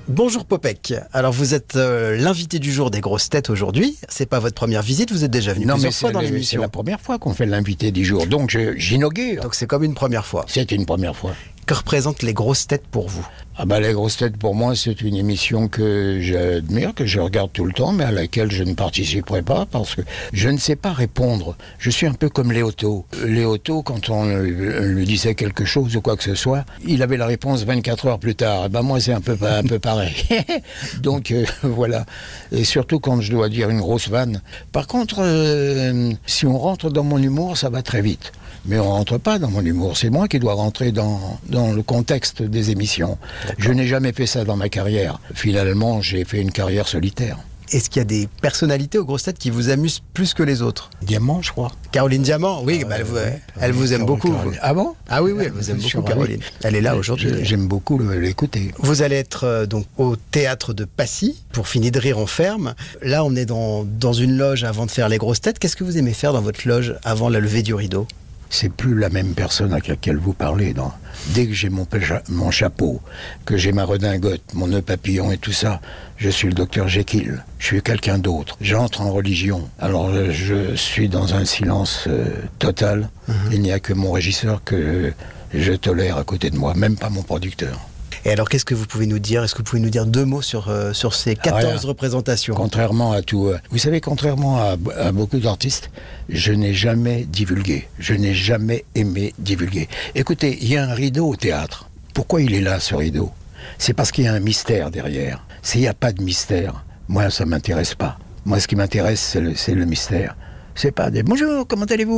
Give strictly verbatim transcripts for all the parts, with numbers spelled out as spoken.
Bonjour Popek. Alors vous êtes euh, l'invité du jour des grosses têtes aujourd'hui. C'est pas votre première visite, vous êtes déjà venu non, plusieurs mais fois dans le, l'émission. C'est la première fois qu'on fait l'invité du jour, donc je, j'inaugure. Donc c'est comme une première fois. C'est une première fois. Que représentent les grosses têtes pour vous? Ah bah les grosses têtes pour moi c'est une émission que j'admire, que je regarde tout le temps, mais à laquelle je ne participerai pas parce que je ne sais pas répondre. Je suis un peu comme Léoto. Léoto, quand on lui disait quelque chose ou quoi que ce soit, il avait la réponse vingt-quatre heures plus tard. Et ben moi c'est un peu, un peu pareil. Donc euh, voilà. Et surtout quand je dois dire une grosse vanne. Par contre, euh, si on rentre dans mon humour, ça va très vite. Mais on ne rentre pas dans mon humour. C'est moi qui dois rentrer dans, dans le contexte des émissions. D'accord. Je n'ai jamais fait ça dans ma carrière. Finalement, j'ai fait une carrière solitaire. Est-ce qu'il y a des personnalités aux grosses têtes qui vous amusent plus que les autres? Diamant, je crois. Caroline Diamant, oui, euh, bah elle vous, ouais, elle vous aime beaucoup. Caroline. Ah bon? Ah oui, oui, elle vous aime beaucoup, Caroline. Elle est là aujourd'hui. J'aime beaucoup l'écouter. Vous allez être euh, donc au théâtre de Passy pour Fini de rire en ferme. Là, on est dans, dans une loge avant de faire les grosses têtes. Qu'est-ce que vous aimez faire dans votre loge avant la levée du rideau? C'est plus la même personne à laquelle vous parlez. Non. Dès que j'ai mon, mon chapeau, que j'ai ma redingote, mon nœud papillon et tout ça, je suis le docteur Jekyll. Je suis quelqu'un d'autre. J'entre en religion. Alors je suis dans un silence euh, total. Mm-hmm. Il n'y a que mon régisseur que je tolère à côté de moi, même pas mon producteur. Et alors, qu'est-ce que vous pouvez nous dire? Est-ce que vous pouvez nous dire deux mots sur, euh, sur ces quatorze Rien. représentations? Contrairement à tout... Euh, vous savez, contrairement à, à beaucoup d'artistes, je n'ai jamais divulgué. Je n'ai jamais aimé divulguer. Écoutez, il y a un rideau au théâtre. Pourquoi il est là, ce rideau? C'est parce qu'il y a un mystère derrière. S'il n'y a pas de mystère, moi, ça ne m'intéresse pas. Moi, ce qui m'intéresse, c'est le, c'est le mystère. C'est pas des « bonjour, comment allez-vous ?»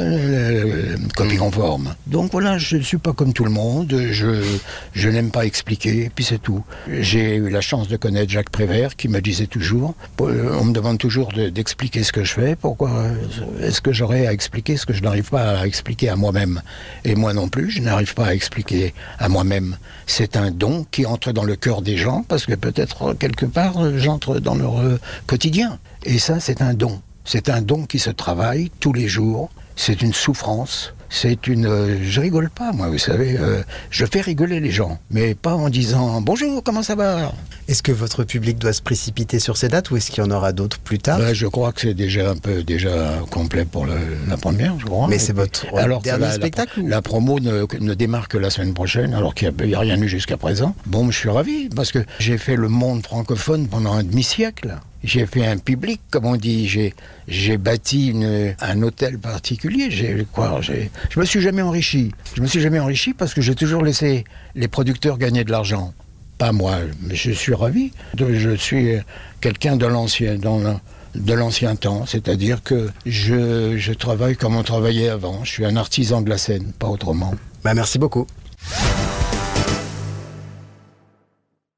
copie conforme. Donc voilà, je ne suis pas comme tout le monde, je, je n'aime pas expliquer, et puis c'est tout. J'ai eu la chance de connaître Jacques Prévert qui me disait toujours, on me demande toujours de, d'expliquer ce que je fais, pourquoi est-ce que j'aurais à expliquer ce que je n'arrive pas à expliquer à moi-même? Et moi non plus, je n'arrive pas à expliquer à moi-même. C'est un don qui entre dans le cœur des gens, parce que peut-être quelque part, j'entre dans leur quotidien. Et ça, c'est un don. C'est un don qui se travaille tous les jours. C'est une souffrance. C'est une... Euh, je rigole pas, moi, vous savez. Euh, je fais rigoler les gens, mais pas en disant « Bonjour, comment ça va ?» Est-ce que votre public doit se précipiter sur ces dates ou est-ce qu'il y en aura d'autres plus tard? Ben, je crois que c'est déjà un peu déjà complet pour le, la première, je crois. Mais c'est votre alors dernier la, spectacle la, ou... la promo ne, ne démarre que la semaine prochaine, alors qu'il n'y a, a rien eu jusqu'à présent. Bon, je suis ravi, parce que j'ai fait le monde francophone pendant un demi-siècle. J'ai fait un public, comme on dit, j'ai, j'ai bâti une, un hôtel particulier, j'ai, quoi, j'ai, je me suis jamais enrichi. Je me suis jamais enrichi parce que j'ai toujours laissé les producteurs gagner de l'argent. Pas moi, mais je suis ravi. Je suis quelqu'un de l'ancien, dans le, de l'ancien temps, c'est-à-dire que je, je travaille comme on travaillait avant. Je suis un artisan de la scène, pas autrement. Bah, merci beaucoup.